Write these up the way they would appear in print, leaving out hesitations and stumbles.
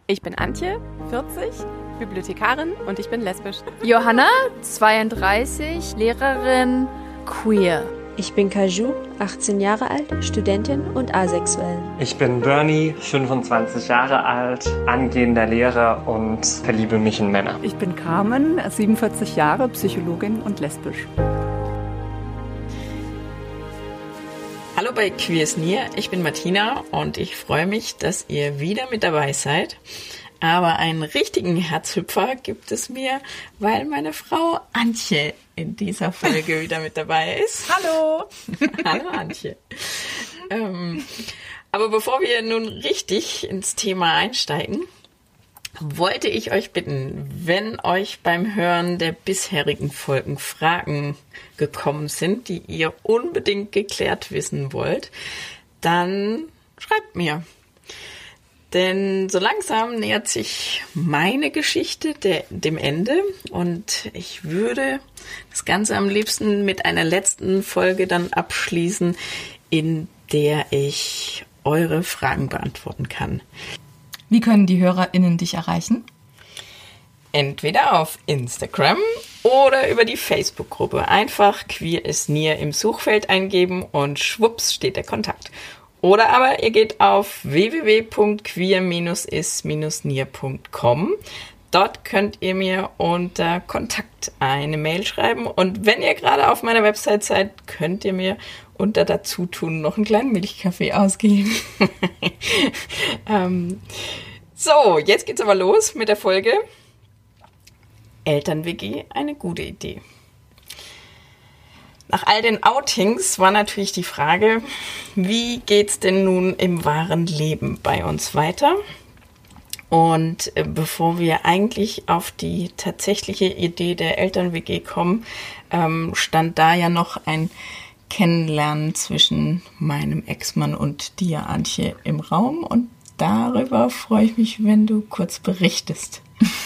Ich bin Antje, 40, Bibliothekarin und ich bin lesbisch. Johanna, 32, Lehrerin, queer. Ich bin Kaju, 18 Jahre alt, Studentin und asexuell. Ich bin Bernie, 25 Jahre alt, angehender Lehrer und verliebe mich in Männer. Ich bin Carmen, 47 Jahre, Psychologin und lesbisch. Hallo bei Queer is Near, ich bin Martina und ich freue mich, dass ihr wieder mit dabei seid. Aber einen richtigen Herzhüpfer gibt es mir, weil meine Frau Antje in dieser Folge wieder mit dabei ist. Hallo! Hallo Antje. Aber bevor wir nun richtig ins Thema einsteigen, wollte ich euch bitten, wenn euch beim Hören der bisherigen Folgen Fragen gekommen sind, die ihr unbedingt geklärt wissen wollt, dann schreibt mir. Denn so langsam nähert sich meine Geschichte dem Ende und ich würde das Ganze am liebsten mit einer letzten Folge dann abschließen, in der ich eure Fragen beantworten kann. Wie können die HörerInnen dich erreichen? Entweder auf Instagram oder über die Facebook-Gruppe. Einfach Queer is Near im Suchfeld eingeben und schwupps steht der Kontakt. Oder aber ihr geht auf www.queer-is-near.com. Dort könnt ihr mir unter Kontakt eine Mail schreiben. Und wenn ihr gerade auf meiner Website seid, könnt ihr mir unter Dazutun noch einen kleinen Milchkaffee ausgeben. So, jetzt geht's aber los mit der Folge Eltern-WG, eine gute Idee. Nach all den Outings war natürlich die Frage, wie geht's denn nun im wahren Leben bei uns weiter? Und bevor wir eigentlich auf die tatsächliche Idee der Eltern-WG kommen, stand da ja noch ein Kennenlernen zwischen meinem Ex-Mann und dir, Antje, im Raum. Und darüber freue ich mich, wenn du kurz berichtest.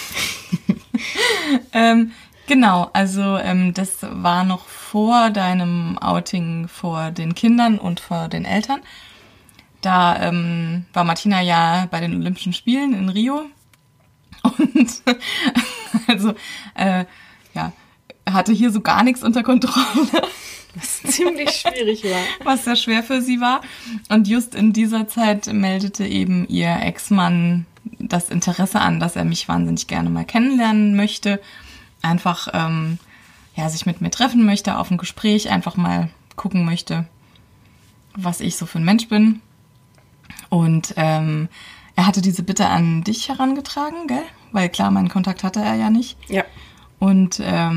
Genau, also das war noch vor deinem Outing vor den Kindern und vor den Eltern. Da war Martina ja bei den Olympischen Spielen in Rio und also hatte hier so gar nichts unter Kontrolle. Was ziemlich schwierig war. Was sehr schwer für sie war. Und just in dieser Zeit meldete eben ihr Ex-Mann das Interesse an, dass er mich wahnsinnig gerne mal kennenlernen möchte. Einfach sich mit mir treffen möchte, auf ein Gespräch, einfach mal gucken möchte, was ich so für ein Mensch bin. Und er hatte diese Bitte an dich herangetragen, gell? Weil klar, meinen Kontakt hatte er ja nicht. Ja. Und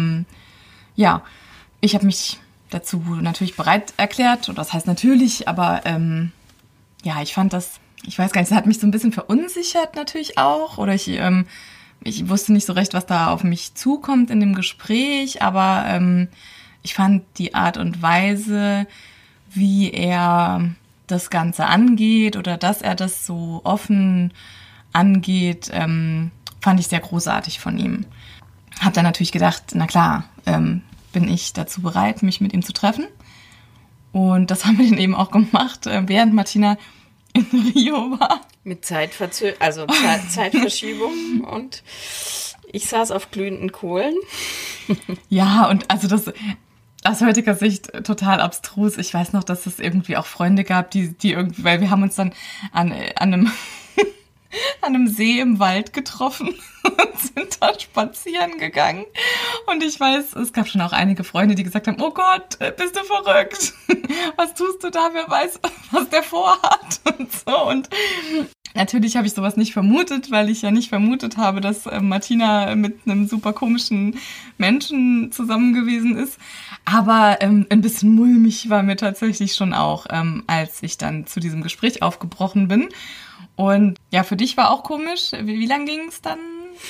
ich habe mich dazu natürlich bereit erklärt. Und das heißt natürlich, aber ich fand das, ich weiß gar nicht, das hat mich so ein bisschen verunsichert natürlich auch. Oder ich wusste nicht so recht, was da auf mich zukommt in dem Gespräch, aber ich fand die Art und Weise, wie er das Ganze angeht oder dass er das so offen angeht, fand ich sehr großartig von ihm. Hab dann natürlich gedacht, na klar, bin ich dazu bereit, mich mit ihm zu treffen. Und das haben wir dann eben auch gemacht, während Martina in Rio war. Mit Zeitverschiebung und ich saß auf glühenden Kohlen. Ja, und also das aus heutiger Sicht total abstrus. Ich weiß noch, dass es irgendwie auch Freunde gab, die irgendwie, weil wir haben uns dann an einem See im Wald getroffen und sind da spazieren gegangen. Und ich weiß, es gab schon auch einige Freunde, die gesagt haben, oh Gott, bist du verrückt? Was tust du da? Wer weiß, was der vorhat? Und so. Und natürlich habe ich sowas nicht vermutet, weil ich ja nicht vermutet habe, dass Martina mit einem super komischen Menschen zusammen gewesen ist. Aber ein bisschen mulmig war mir tatsächlich schon auch, als ich dann zu diesem Gespräch aufgebrochen bin. Und ja, für dich war auch komisch. Wie lang ging es dann?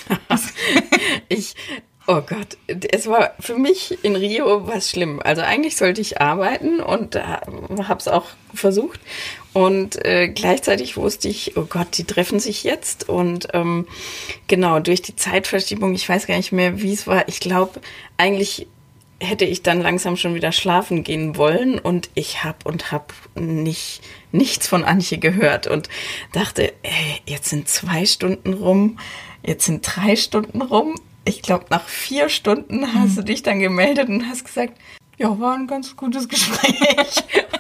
Oh Gott, es war für mich in Rio was schlimm. Also eigentlich sollte ich arbeiten und habe es auch versucht. Und gleichzeitig wusste ich, oh Gott, die treffen sich jetzt. Und genau, durch die Zeitverschiebung, ich weiß gar nicht mehr, wie es war. Ich glaube, eigentlich hätte ich dann langsam schon wieder schlafen gehen wollen und ich hab nichts von Antje gehört und dachte, jetzt sind 2 Stunden rum, jetzt sind 3 Stunden rum. Ich glaube, nach 4 Stunden hast du dich dann gemeldet und hast gesagt, ja, war ein ganz gutes Gespräch.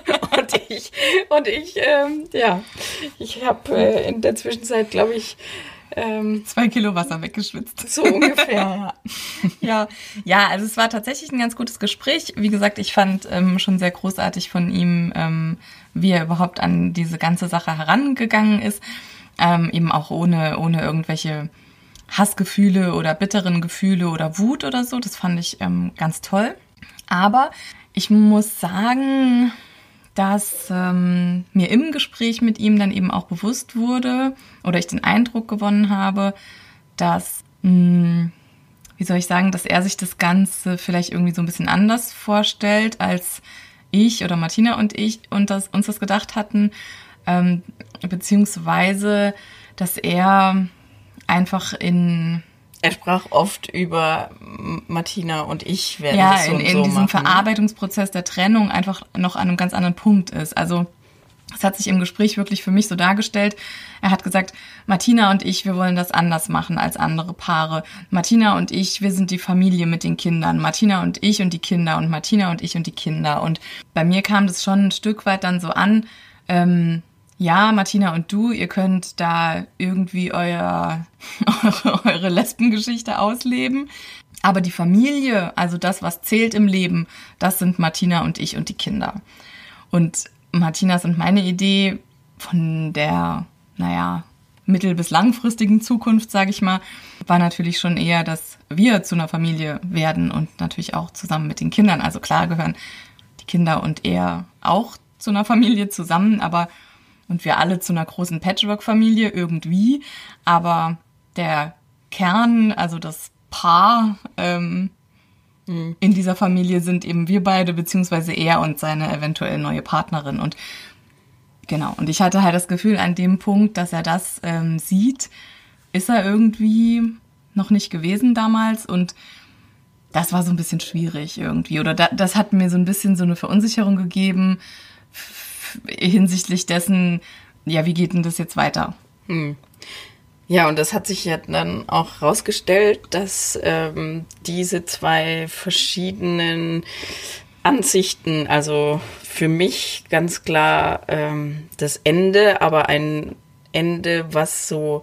Ich habe in der Zwischenzeit, glaube ich, 2 Kilo Wasser weggeschwitzt. So ungefähr, ja. Ja, also es war tatsächlich ein ganz gutes Gespräch. Wie gesagt, ich fand schon sehr großartig von ihm, wie er überhaupt an diese ganze Sache herangegangen ist. Eben auch ohne irgendwelche Hassgefühle oder bitteren Gefühle oder Wut oder so. Das fand ich ganz toll. Aber ich muss sagen, dass mir im Gespräch mit ihm dann eben auch bewusst wurde oder ich den Eindruck gewonnen habe, dass, dass er sich das Ganze vielleicht irgendwie so ein bisschen anders vorstellt, als ich oder Martina und ich uns das gedacht hatten, beziehungsweise, dass er einfach Er sprach oft über Martina und ich werden ja, das so in diesem machen. Verarbeitungsprozess der Trennung einfach noch an einem ganz anderen Punkt ist. Also es hat sich im Gespräch wirklich für mich so dargestellt. Er hat gesagt, Martina und ich, wir wollen das anders machen als andere Paare. Martina und ich, wir sind die Familie mit den Kindern. Martina und ich und die Kinder und Martina und ich und die Kinder. Und bei mir kam das schon ein Stück weit dann so an, ja, Martina und du, ihr könnt da irgendwie eure Lesbengeschichte ausleben. Aber die Familie, also das, was zählt im Leben, das sind Martina und ich und die Kinder. Und Martinas und meine Idee von der, mittel- bis langfristigen Zukunft, sage ich mal, war natürlich schon eher, dass wir zu einer Familie werden und natürlich auch zusammen mit den Kindern. Also klar gehören die Kinder und er auch zu einer Familie zusammen, und wir alle zu einer großen Patchwork-Familie irgendwie. Aber der Kern, also das Paar in dieser Familie sind eben wir beide, beziehungsweise er und seine eventuell neue Partnerin. Und genau, und ich hatte halt das Gefühl, an dem Punkt, dass er das sieht, ist er irgendwie noch nicht gewesen damals. Und das war so ein bisschen schwierig irgendwie. Oder das hat mir so ein bisschen so eine Verunsicherung gegeben, hinsichtlich dessen, ja, wie geht denn das jetzt weiter? Ja, und das hat sich ja dann auch rausgestellt, dass diese 2 verschiedenen Ansichten, also für mich ganz klar das Ende, aber ein Ende, was so,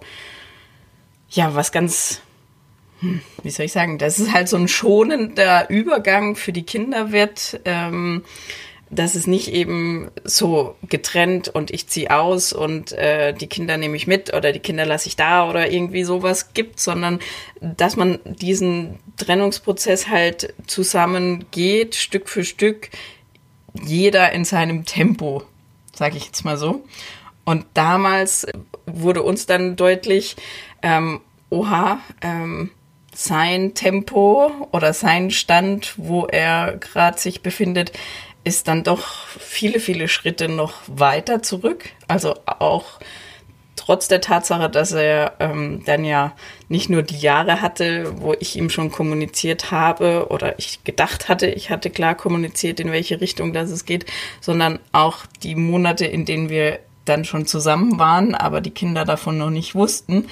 ja, was ganz, wie soll ich sagen, das ist halt so ein schonender Übergang für die Kinder wird, dass es nicht eben so getrennt und ich ziehe aus und die Kinder nehme ich mit oder die Kinder lasse ich da oder irgendwie sowas gibt, sondern dass man diesen Trennungsprozess halt zusammen geht, Stück für Stück, jeder in seinem Tempo, sage ich jetzt mal so. Und damals wurde uns dann deutlich, sein Tempo oder sein Stand, wo er gerade sich befindet, ist dann doch viele, viele Schritte noch weiter zurück. Also auch trotz der Tatsache, dass er dann ja nicht nur die Jahre hatte, wo ich ihm schon kommuniziert habe oder ich gedacht hatte, ich hatte klar kommuniziert, in welche Richtung das es geht, sondern auch die Monate, in denen wir dann schon zusammen waren, aber die Kinder davon noch nicht wussten.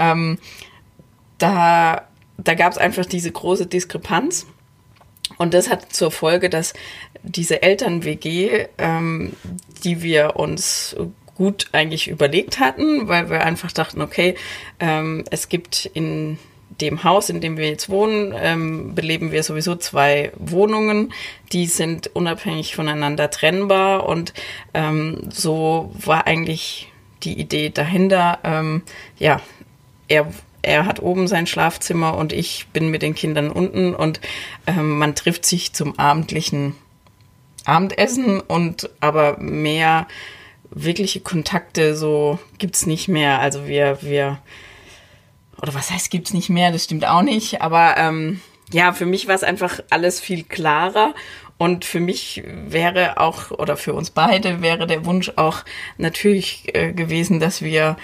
Da gab es einfach diese große Diskrepanz. Und das hat zur Folge, dass diese Eltern-WG, die wir uns gut eigentlich überlegt hatten, weil wir einfach dachten, okay, es gibt in dem Haus, in dem wir jetzt wohnen, beleben wir sowieso 2 Wohnungen, die sind unabhängig voneinander trennbar und so war eigentlich die Idee dahinter, er hat oben sein Schlafzimmer und ich bin mit den Kindern unten und man trifft sich zum abendlichen Abendessen und aber mehr wirkliche Kontakte so gibt's nicht mehr. Also wir oder was heißt gibt's nicht mehr? Das stimmt auch nicht. Aber für mich war es einfach alles viel klarer und für mich wäre auch oder für uns beide wäre der Wunsch auch natürlich gewesen, dass wir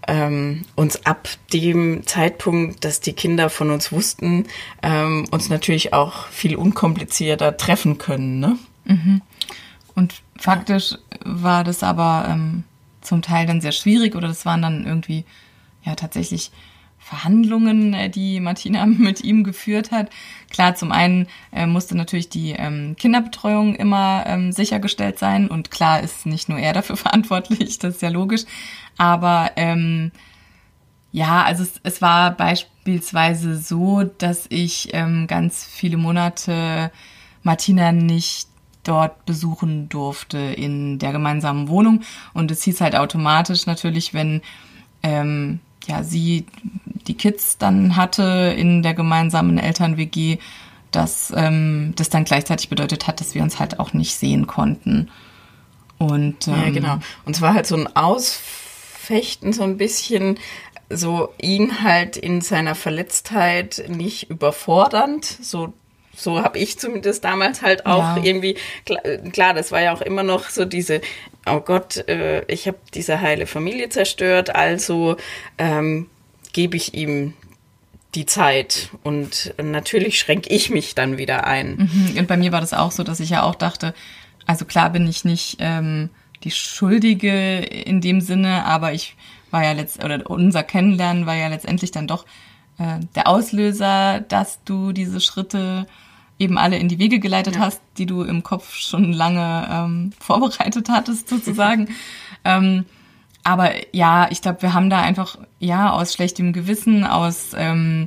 uns ab dem Zeitpunkt, dass die Kinder von uns wussten, uns natürlich auch viel unkomplizierter treffen können, ne? Und faktisch war das aber zum Teil dann sehr schwierig oder das waren dann irgendwie ja tatsächlich Verhandlungen, die Martina mit ihm geführt hat. Klar, zum einen musste natürlich die Kinderbetreuung immer sichergestellt sein und klar ist nicht nur er dafür verantwortlich, das ist ja logisch, aber ja, also es war beispielsweise so, dass ich ganz viele Monate Martina nicht dort besuchen durfte in der gemeinsamen Wohnung und es hieß halt automatisch natürlich, wenn sie die Kids dann hatte in der gemeinsamen Eltern-WG, dass das dann gleichzeitig bedeutet hat, dass wir uns halt auch nicht sehen konnten. Und ja, genau. Und zwar halt so ein Ausfechten, so ein bisschen so ihn halt in seiner Verletztheit nicht überfordernd, so habe ich zumindest damals halt auch irgendwie, klar, das war ja auch immer noch so diese, oh Gott, ich habe diese heile Familie zerstört, also gebe ich ihm die Zeit und natürlich schränke ich mich dann wieder ein. Und bei mir war das auch so, dass ich ja auch dachte, also klar bin ich nicht die Schuldige in dem Sinne, aber ich war ja unser Kennenlernen war ja letztendlich dann doch der Auslöser, dass du diese Schritte eben alle in die Wege geleitet hast, die du im Kopf schon lange vorbereitet hattest, sozusagen. Aber ja, ich glaube, wir haben da einfach, aus schlechtem Gewissen, aus, wie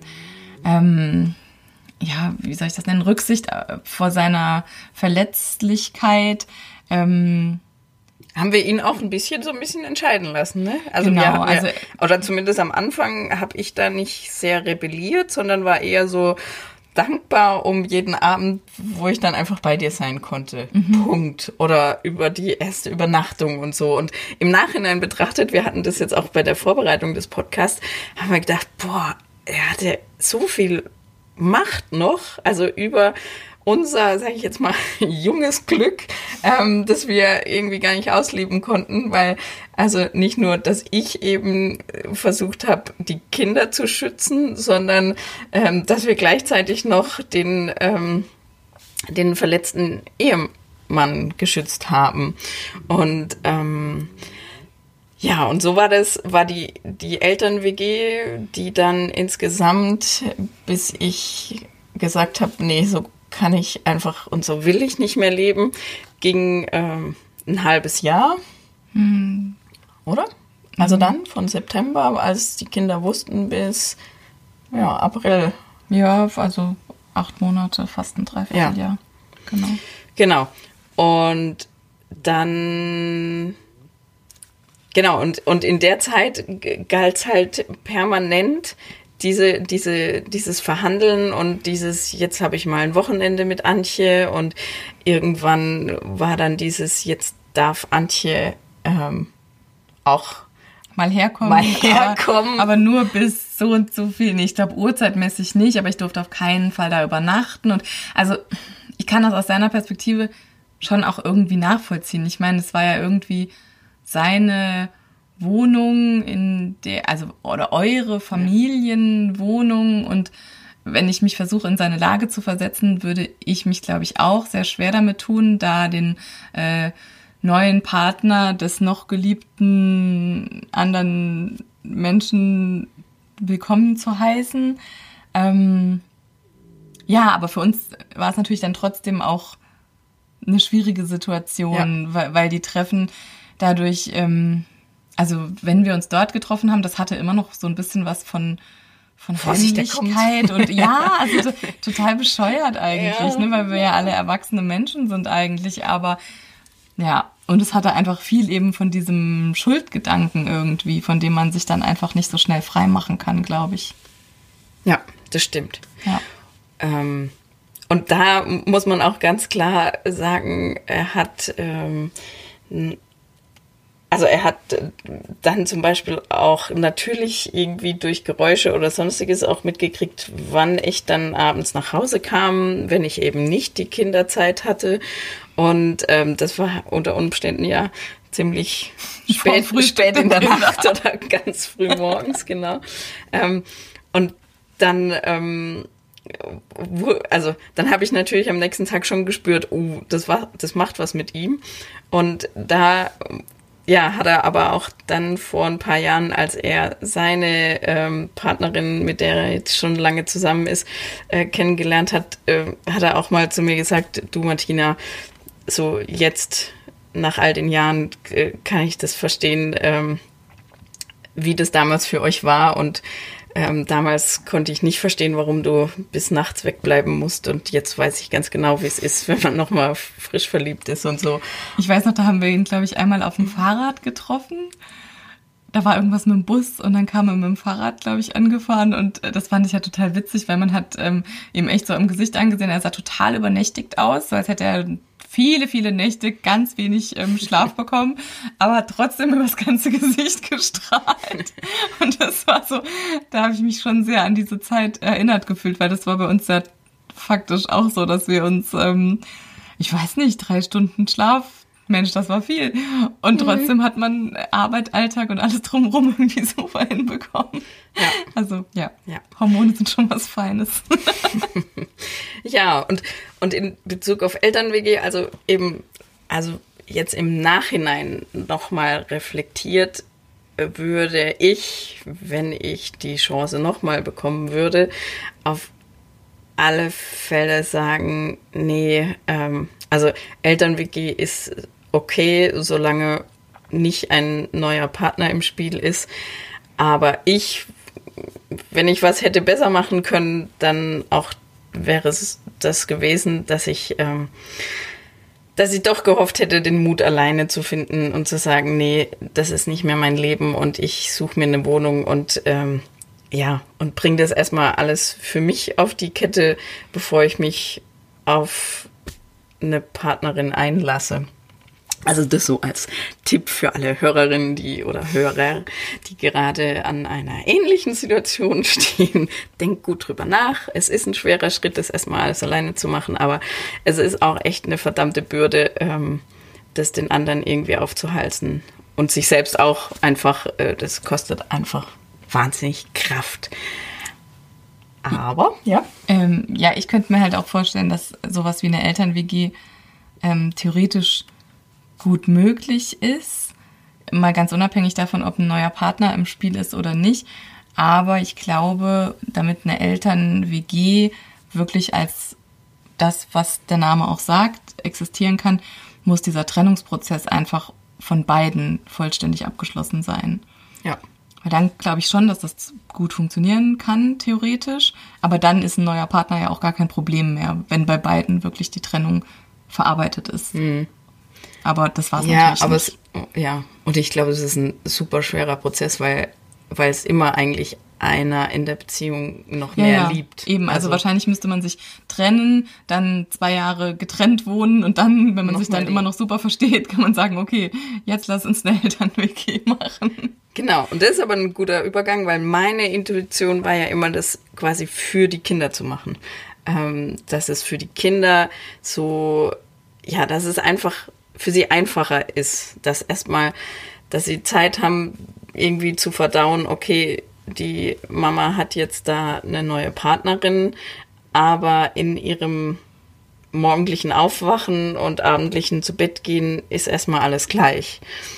soll ich das nennen, Rücksicht vor seiner Verletzlichkeit, haben wir ihn auch so ein bisschen entscheiden lassen, ne? Also genau, oder zumindest am Anfang habe ich da nicht sehr rebelliert, sondern war eher so dankbar um jeden Abend, wo ich dann einfach bei dir sein konnte. Punkt. Oder über die erste Übernachtung und so. Und im Nachhinein betrachtet, wir hatten das jetzt auch bei der Vorbereitung des Podcasts, haben wir gedacht, er hatte so viel Macht noch, also über unser, sage ich jetzt mal, junges Glück, das wir irgendwie gar nicht ausleben konnten, weil also nicht nur, dass ich eben versucht habe, die Kinder zu schützen, sondern dass wir gleichzeitig noch den verletzten Ehemann geschützt haben. Und und so war die Eltern-WG, die dann insgesamt, bis ich gesagt habe, nee, so kann ich einfach und so will ich nicht mehr leben, ging ein halbes Jahr, oder? Also dann von September, als die Kinder wussten, bis April. Ja, also 8 Monate, fast ein Dreivierteljahr. Genau. Und dann und in der Zeit galt es halt permanent dieses Verhandeln und jetzt habe ich mal ein Wochenende mit Antje und irgendwann war dann jetzt darf Antje auch mal herkommen. Aber nur bis so und so viel. Ich glaube, uhrzeitmäßig nicht, aber ich durfte auf keinen Fall da übernachten. Und also ich kann das aus seiner Perspektive schon auch irgendwie nachvollziehen. Ich meine, es war ja irgendwie seine Wohnung oder eure Familienwohnung und wenn ich mich versuche, in seine Lage zu versetzen, würde ich mich, glaube ich, auch sehr schwer damit tun, da den neuen Partner des noch geliebten anderen Menschen willkommen zu heißen. Aber für uns war es natürlich dann trotzdem auch eine schwierige Situation, weil die Treffen dadurch, also wenn wir uns dort getroffen haben, das hatte immer noch so ein bisschen was von Heimlichkeit und also total bescheuert eigentlich, ne, weil wir ja alle erwachsene Menschen sind eigentlich, aber und es hatte einfach viel eben von diesem Schuldgedanken irgendwie, von dem man sich dann einfach nicht so schnell frei machen kann, glaube ich. Ja, das stimmt. Ja. Und da muss man auch ganz klar sagen, er hat dann zum Beispiel auch natürlich irgendwie durch Geräusche oder Sonstiges auch mitgekriegt, wann ich dann abends nach Hause kam, wenn ich eben nicht die Kinderzeit hatte. Und das war unter Umständen ziemlich spät in der Nacht oder ganz früh morgens, genau. Und dann, dann habe ich natürlich am nächsten Tag schon gespürt, das macht was mit ihm. Und da, hat er aber auch dann vor ein paar Jahren, als er seine Partnerin, mit der er jetzt schon lange zusammen ist, kennengelernt hat, hat er auch mal zu mir gesagt, du Martina, so jetzt nach all den Jahren kann ich das verstehen, wie das damals für euch war. Und damals konnte ich nicht verstehen, warum du bis nachts wegbleiben musst. Und jetzt weiß ich ganz genau, wie es ist, wenn man nochmal frisch verliebt ist und so. Ich weiß noch, da haben wir ihn, glaube ich, einmal auf dem Fahrrad getroffen. Da war irgendwas mit dem Bus und dann kam er mit dem Fahrrad, glaube ich, angefahren. Und das fand ich ja total witzig, weil man hat ihm echt so im Gesicht angesehen, er sah total übernächtigt aus, so als hätte er viele, viele Nächte ganz wenig Schlaf bekommen, aber trotzdem übers ganze Gesicht gestrahlt. Und das war so, da habe ich mich schon sehr an diese Zeit erinnert gefühlt, weil das war bei uns ja faktisch auch so, dass wir uns, 3 Stunden Schlaf, Mensch, das war viel. Und trotzdem hat man Arbeit, Alltag und alles drumherum irgendwie super hinbekommen. Ja. Also, ja. Hormone sind schon was Feines. Ja, und in Bezug auf Eltern-WG, also jetzt im Nachhinein nochmal reflektiert, würde ich, wenn ich die Chance nochmal bekommen würde, auf alle Fälle sagen, nee, also Eltern-WG ist okay, solange nicht ein neuer Partner im Spiel ist. Aber wenn ich was hätte besser machen können, dann auch wäre es das gewesen, dass ich doch gehofft hätte, den Mut alleine zu finden und zu sagen, nee, das ist nicht mehr mein Leben und ich suche mir eine Wohnung und und bringe das erstmal alles für mich auf die Kette, bevor ich mich auf eine Partnerin einlasse. Also das so als Tipp für alle Hörerinnen oder Hörer, die gerade an einer ähnlichen Situation stehen. Denkt gut drüber nach. Es ist ein schwerer Schritt, das erstmal alles alleine zu machen, aber es ist auch echt eine verdammte Bürde, das den anderen irgendwie aufzuhalsen. Und sich selbst auch einfach, das kostet einfach wahnsinnig Kraft. Aber, ja. Ich könnte mir halt auch vorstellen, dass sowas wie eine Eltern-WG theoretisch gut möglich ist. Mal ganz unabhängig davon, ob ein neuer Partner im Spiel ist oder nicht. Aber ich glaube, damit eine Eltern-WG wirklich als das, was der Name auch sagt, existieren kann, muss dieser Trennungsprozess einfach von beiden vollständig abgeschlossen sein. Ja. Weil dann glaube ich schon, dass das gut funktionieren kann, theoretisch. Aber dann ist ein neuer Partner ja auch gar kein Problem mehr, wenn bei beiden wirklich die Trennung verarbeitet ist. Mhm. Aber das war es natürlich nicht. Und ich glaube, es ist ein super schwerer Prozess, weil es immer eigentlich einer in der Beziehung noch mehr liebt. Eben, also wahrscheinlich müsste man sich trennen, dann 2 Jahre getrennt wohnen und dann, wenn man sich dann immer noch super versteht, kann man sagen, okay, jetzt lass uns eine Eltern-WG machen. Genau, und das ist aber ein guter Übergang, weil meine Intuition war ja immer, das quasi für die Kinder zu machen. Dass es für die Kinder so, dass es einfach für sie einfacher ist, dass sie Zeit haben, irgendwie zu verdauen, okay, die Mama hat jetzt da eine neue Partnerin, aber in ihrem morgendlichen Aufwachen und abendlichen zu Bett gehen ist erstmal alles gleich.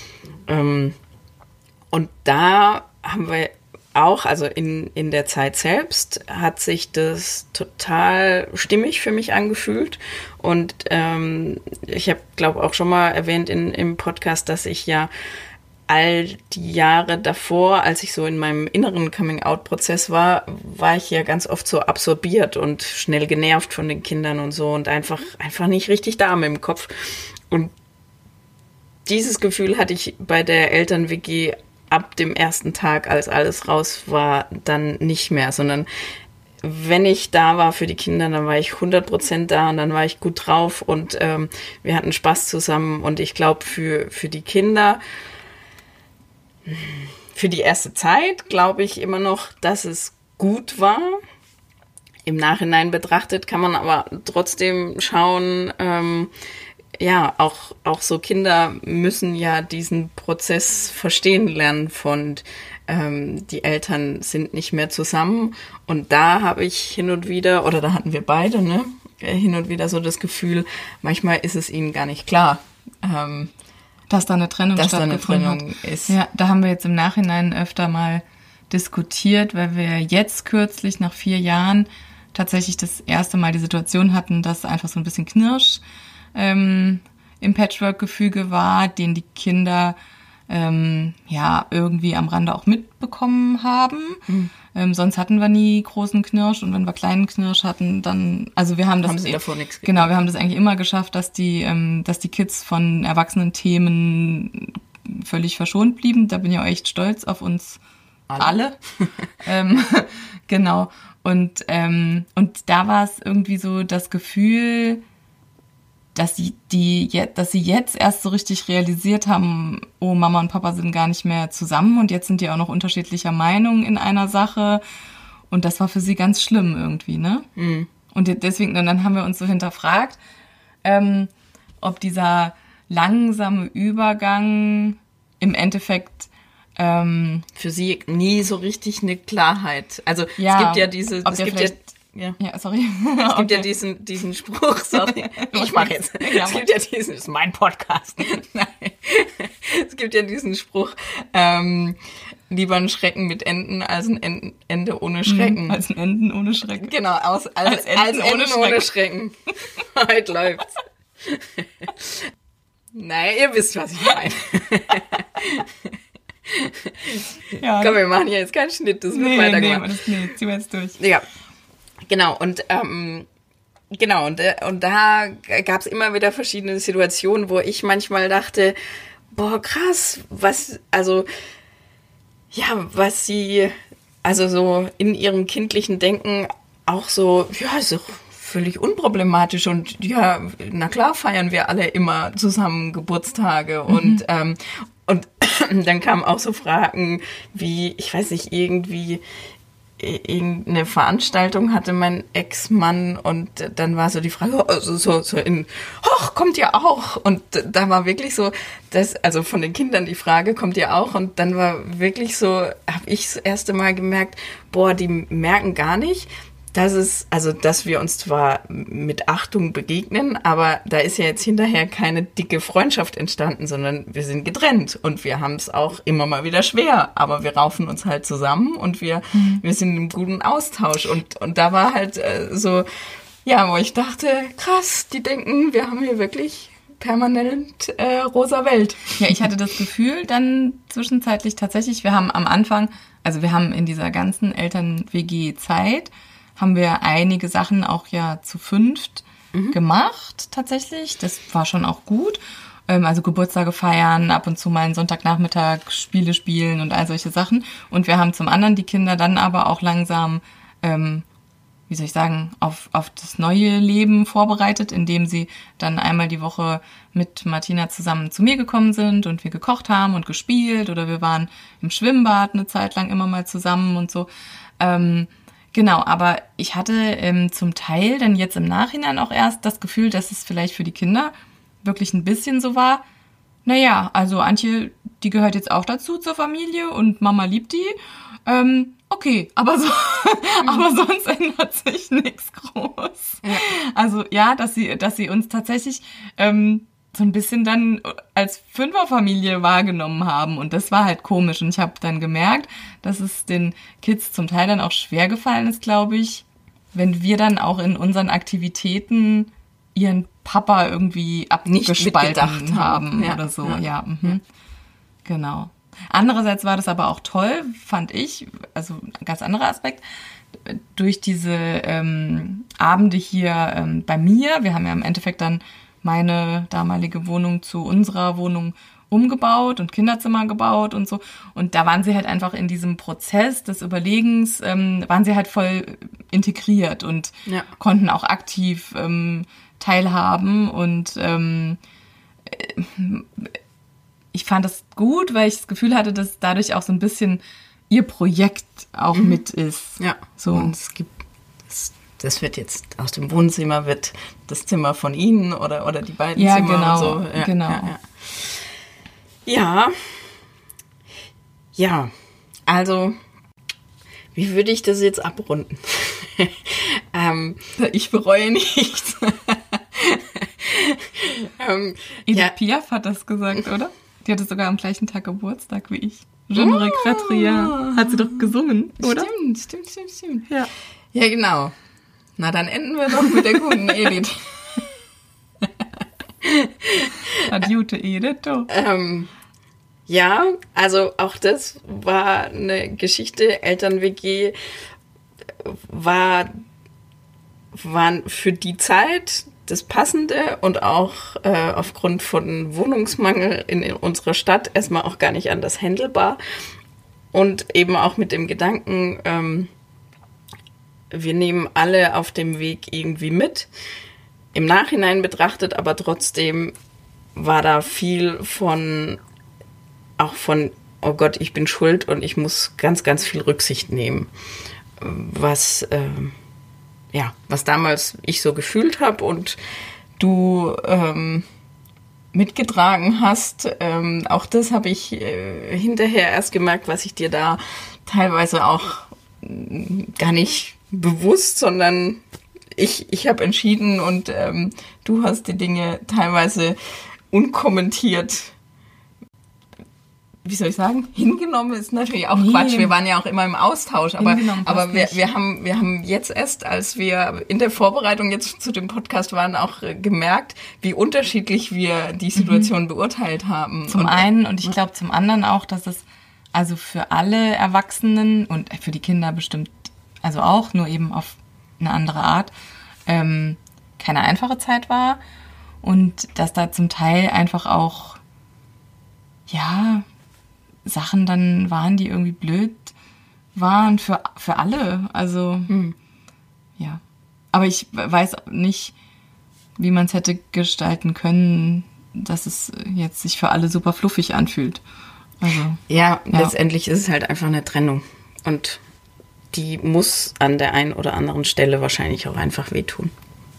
Und da haben wir auch, also in der Zeit selbst, hat sich das total stimmig für mich angefühlt. Und ich habe, glaube auch schon mal erwähnt im Podcast, dass ich ja all die Jahre davor, als ich so in meinem inneren Coming-out-Prozess war ich ja ganz oft so absorbiert und schnell genervt von den Kindern und so und einfach nicht richtig da mit dem Kopf. Und dieses Gefühl hatte ich bei der Eltern-WG ab dem ersten Tag, als alles raus war, dann nicht mehr, sondern wenn ich da war für die Kinder, dann war ich 100% da und dann war ich gut drauf und wir hatten Spaß zusammen und ich glaube für die Kinder, für die erste Zeit glaube ich immer noch, dass es gut war. Im Nachhinein betrachtet kann man aber trotzdem schauen, ja, auch so Kinder müssen ja diesen Prozess verstehen lernen von die Eltern sind nicht mehr zusammen. Und da habe ich hin und wieder, oder da hatten wir beide, ne, hin und wieder so das Gefühl, manchmal ist es ihnen gar nicht klar, dass da eine Trennung stattgefunden hat. Ist. Ja, da haben wir jetzt im Nachhinein öfter mal diskutiert, weil wir jetzt kürzlich nach 4 Jahren tatsächlich das erste Mal die Situation hatten, dass einfach so ein bisschen Knirsch im Patchwork-Gefüge war, den die Kinder irgendwie am Rande auch mitbekommen haben. Sonst hatten wir nie großen Knirsch und wenn wir kleinen Knirsch hatten, dann, also wir haben das... Haben sie davor nichts gegeben. Genau, wir haben das eigentlich immer geschafft, dass die Kids von erwachsenen Themen völlig verschont blieben. Da bin ich auch echt stolz auf uns alle. Genau. Und da war es irgendwie so das Gefühl, dass sie jetzt erst so richtig realisiert haben, oh, Mama und Papa sind gar nicht mehr zusammen und jetzt sind die auch noch unterschiedlicher Meinung in einer Sache. Und das war für sie ganz schlimm irgendwie, ne? Mhm. Und deswegen, dann haben wir uns so hinterfragt, ob dieser langsame Übergang im Endeffekt für sie nie so richtig eine Klarheit. Also ja, es gibt ja diese, es gibt ja diesen Spruch, sorry, ich mache jetzt. Es gibt ja diesen, das ist mein Podcast. Nein. Es gibt ja diesen Spruch, lieber ein Schrecken mit Enden als ein Ende ohne Schrecken. Als ein Enden ohne Schrecken. Genau, als Enden ohne Schrecken. Heute läuft's. Naja, ihr wisst, was ich meine. Ja, komm, wir machen hier jetzt keinen Schnitt, das wird weitergemacht. Nee, ziehen wir jetzt durch. Ja, genau, und da gab es immer wieder verschiedene Situationen, wo ich manchmal dachte, boah, krass, was sie, also so in ihrem kindlichen Denken auch so, ja, so völlig unproblematisch und ja, na klar feiern wir alle immer zusammen Geburtstage und dann kamen auch so Fragen wie, ich weiß nicht, irgendeine Veranstaltung hatte mein Ex-Mann und dann war so die Frage, so kommt ihr auch? Und da war wirklich so, also von den Kindern die Frage, kommt ihr auch? Und dann war wirklich so, habe ich das erste Mal gemerkt, boah, die merken gar nicht, dass wir uns zwar mit Achtung begegnen, aber da ist ja jetzt hinterher keine dicke Freundschaft entstanden, sondern wir sind getrennt und wir haben es auch immer mal wieder schwer, aber wir raufen uns halt zusammen und wir sind im guten Austausch und da war halt so, ja, wo ich dachte, krass, die denken, wir haben hier wirklich permanent rosa Welt. Ja, ich hatte das Gefühl dann zwischenzeitlich tatsächlich, wir haben am Anfang, also wir haben in dieser ganzen Eltern-WG-Zeit haben wir einige Sachen auch ja zu 5 gemacht tatsächlich. Das war schon auch gut. Also Geburtstage feiern, ab und zu mal einen Sonntagnachmittag Spiele spielen und all solche Sachen. Und wir haben zum anderen die Kinder dann aber auch langsam, auf das neue Leben vorbereitet, indem sie dann einmal die Woche mit Martina zusammen zu mir gekommen sind und wir gekocht haben und gespielt oder wir waren im Schwimmbad eine Zeit lang immer mal zusammen und so. Genau, aber ich hatte zum Teil dann jetzt im Nachhinein auch erst das Gefühl, dass es vielleicht für die Kinder wirklich ein bisschen so war, naja, also Antje, die gehört jetzt auch dazu zur Familie und Mama liebt die. Okay, aber sonst ändert sich nichts groß. Ja. Also ja, dass sie uns tatsächlich so ein bisschen dann als Fünferfamilie wahrgenommen haben. Und das war halt komisch. Und ich habe dann gemerkt, dass es den Kids zum Teil dann auch schwer gefallen ist, glaube ich, wenn wir dann auch in unseren Aktivitäten ihren Papa irgendwie abgespalten haben oder so. Ja. Genau. Andererseits war das aber auch toll, fand ich, also ein ganz anderer Aspekt, durch diese Abende hier bei mir. Wir haben ja im Endeffekt dann meine damalige Wohnung zu unserer Wohnung umgebaut und Kinderzimmer gebaut und so. Und da waren sie halt einfach in diesem Prozess des Überlegens, waren sie halt voll integriert und konnten auch aktiv teilhaben. Und ich fand das gut, weil ich das Gefühl hatte, dass dadurch auch so ein bisschen ihr Projekt auch mit ist. Ja. So, und es das wird jetzt aus dem Wohnzimmer wird das Zimmer von Ihnen oder die beiden Ja, Zimmer genau, und so. genau. Ja, also wie würde ich das jetzt abrunden? Ich bereue nichts. Edith Piaf hat das gesagt, oder? Die hatte sogar am gleichen Tag Geburtstag wie ich. Je ne regrette rien. Hat sie doch gesungen, oder? Stimmt. Ja, genau. Na, dann enden wir doch mit der guten Edith. Adiute Edith, doch. Ja, also auch das war eine Geschichte. Eltern-WG waren für die Zeit das Passende und auch aufgrund von Wohnungsmangel in unserer Stadt erstmal auch gar nicht anders handelbar. Und eben auch mit dem Gedanken, wir nehmen alle auf dem Weg irgendwie mit. Im Nachhinein betrachtet, aber trotzdem war da viel von, oh Gott, ich bin schuld und ich muss ganz, ganz viel Rücksicht nehmen. Was damals ich so gefühlt habe und du mitgetragen hast. Auch das habe ich hinterher erst gemerkt, was ich dir da teilweise auch gar nicht bewusst, sondern ich habe entschieden und du hast die Dinge teilweise unkommentiert, wie soll ich sagen, hingenommen ist natürlich auch Quatsch. Wir waren ja auch immer im Austausch, aber wir haben jetzt erst, als wir in der Vorbereitung jetzt zu dem Podcast waren, auch gemerkt, wie unterschiedlich wir die Situation beurteilt haben. Zum einen und ich glaube zum anderen auch, dass es also für alle Erwachsenen und für die Kinder bestimmt, also auch, nur eben auf eine andere Art, keine einfache Zeit war und dass da zum Teil einfach auch, ja, Sachen dann waren, die irgendwie blöd waren für alle. Also, ja. Aber ich weiß nicht, wie man es hätte gestalten können, dass es jetzt sich für alle super fluffig anfühlt. Also, ja, letztendlich ist es halt einfach eine Trennung. Und die muss an der einen oder anderen Stelle wahrscheinlich auch einfach wehtun.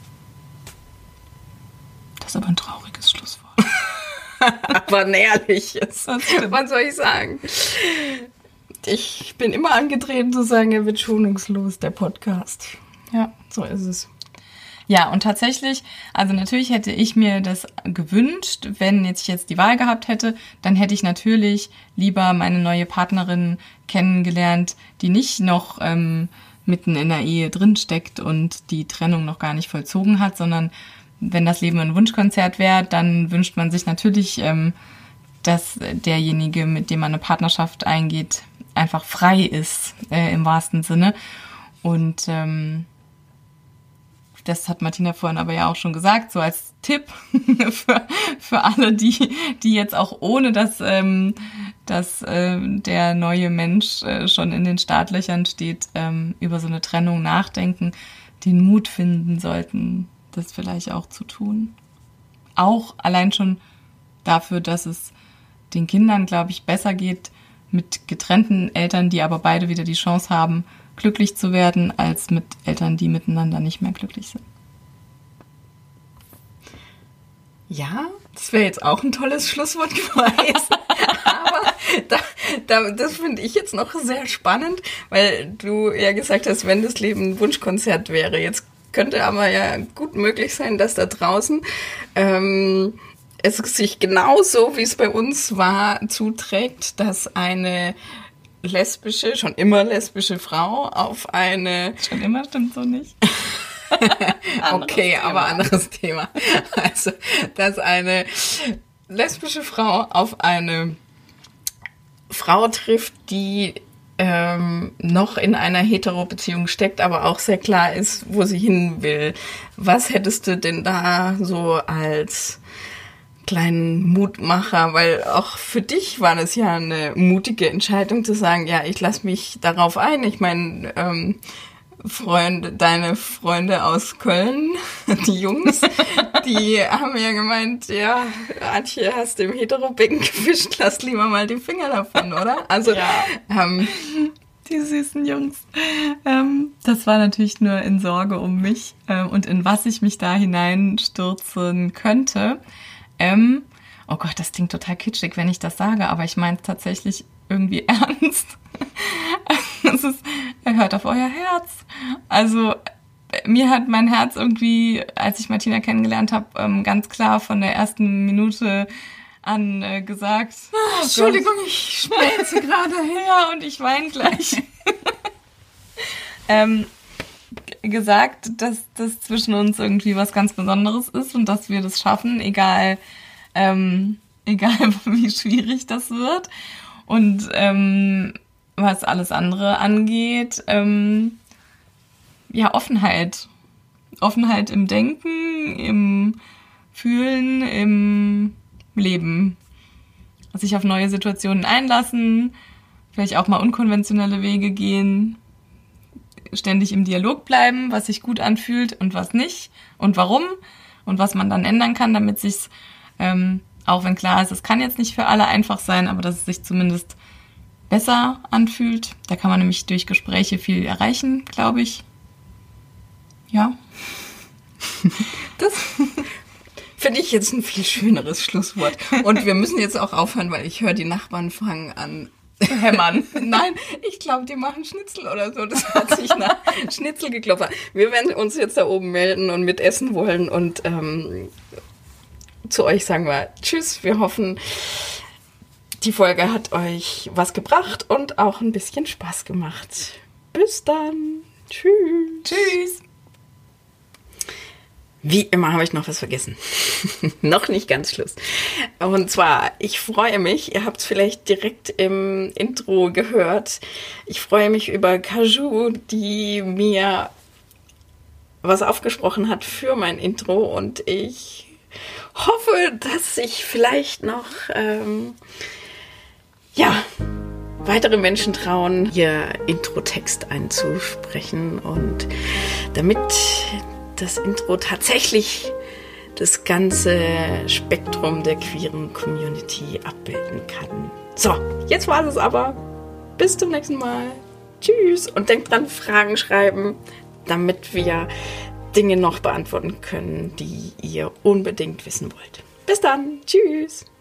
Das ist aber ein trauriges Schlusswort. Aber ein ehrliches. Was soll ich sagen? Ich bin immer angetreten zu sagen, er wird schonungslos, der Podcast. Ja, so ist es. Ja, und tatsächlich, also natürlich hätte ich mir das gewünscht, wenn ich jetzt die Wahl gehabt hätte, dann hätte ich natürlich lieber meine neue Partnerin kennengelernt, die nicht noch mitten in der Ehe drinsteckt und die Trennung noch gar nicht vollzogen hat, sondern wenn das Leben ein Wunschkonzert wäre, dann wünscht man sich natürlich, dass derjenige, mit dem man eine Partnerschaft eingeht, einfach frei ist, im wahrsten Sinne. Und das hat Martina vorhin aber ja auch schon gesagt, so als Tipp für alle, die jetzt auch ohne, dass der neue Mensch schon in den Startlöchern steht, über so eine Trennung nachdenken, den Mut finden sollten, das vielleicht auch zu tun. Auch allein schon dafür, dass es den Kindern, glaube ich, besser geht mit getrennten Eltern, die aber beide wieder die Chance haben, glücklich zu werden, als mit Eltern, die miteinander nicht mehr glücklich sind. Ja, das wäre jetzt auch ein tolles Schlusswort gewesen. Aber das finde ich jetzt noch sehr spannend, weil du ja gesagt hast, wenn das Leben ein Wunschkonzert wäre. Jetzt könnte aber ja gut möglich sein, dass da draußen es sich genauso, wie es bei uns war, zuträgt, dass eine schon immer lesbische Frau auf eine... Schon immer stimmt so nicht. Okay, aber anderes Thema. Also, dass eine lesbische Frau auf eine Frau trifft, die noch in einer Hetero-Beziehung steckt, aber auch sehr klar ist, wo sie hin will. Was hättest du denn da so als kleinen Mutmacher, weil auch für dich war das ja eine mutige Entscheidung zu sagen, ja, ich lasse mich darauf ein. Ich meine, deine Freunde aus Köln, die Jungs, die haben ja gemeint, ja, Antje, hast du im Hetero-Becken gefischt, lass lieber mal die Finger davon, oder? Also, Die süßen Jungs. Das war natürlich nur in Sorge um mich und in was ich mich da hineinstürzen könnte. Oh Gott, das klingt total kitschig, wenn ich das sage, aber ich meine es tatsächlich irgendwie ernst. Hört auf euer Herz. Also mir hat mein Herz irgendwie, als ich Martina kennengelernt habe, ganz klar von der ersten Minute an gesagt. Entschuldigung, ich schmelze gerade. Ja, und ich weine gleich. Gesagt, dass das zwischen uns irgendwie was ganz Besonderes ist und dass wir das schaffen, egal wie schwierig das wird. Und was alles andere angeht, Offenheit. Offenheit im Denken, im Fühlen, im Leben. Sich auf neue Situationen einlassen, vielleicht auch mal unkonventionelle Wege gehen, ständig im Dialog bleiben, was sich gut anfühlt und was nicht und warum und was man dann ändern kann, damit sich's, auch wenn klar ist, es kann jetzt nicht für alle einfach sein, aber dass es sich zumindest besser anfühlt. Da kann man nämlich durch Gespräche viel erreichen, glaube ich. Ja. Das finde ich jetzt ein viel schöneres Schlusswort. Und wir müssen jetzt auch aufhören, weil ich höre, die Nachbarn fangen an hämmern. Nein, ich glaube, die machen Schnitzel oder so. Das hat sich nach Schnitzel geklopft. Wir werden uns jetzt da oben melden und mitessen wollen und zu euch sagen wir Tschüss. Wir hoffen, die Folge hat euch was gebracht und auch ein bisschen Spaß gemacht. Bis dann. Tschüss. Tschüss. Wie immer habe ich noch was vergessen. Noch nicht ganz Schluss. Und zwar, ich freue mich, ihr habt es vielleicht direkt im Intro gehört, ich freue mich über Kaju, die mir was aufgesprochen hat für mein Intro und ich hoffe, dass sich vielleicht noch weitere Menschen trauen, ihr Intro-Text einzusprechen und damit das Intro tatsächlich das ganze Spektrum der queeren Community abbilden kann. So, jetzt war es aber. Bis zum nächsten Mal. Tschüss. Und denkt dran, Fragen schreiben, damit wir Dinge noch beantworten können, die ihr unbedingt wissen wollt. Bis dann. Tschüss.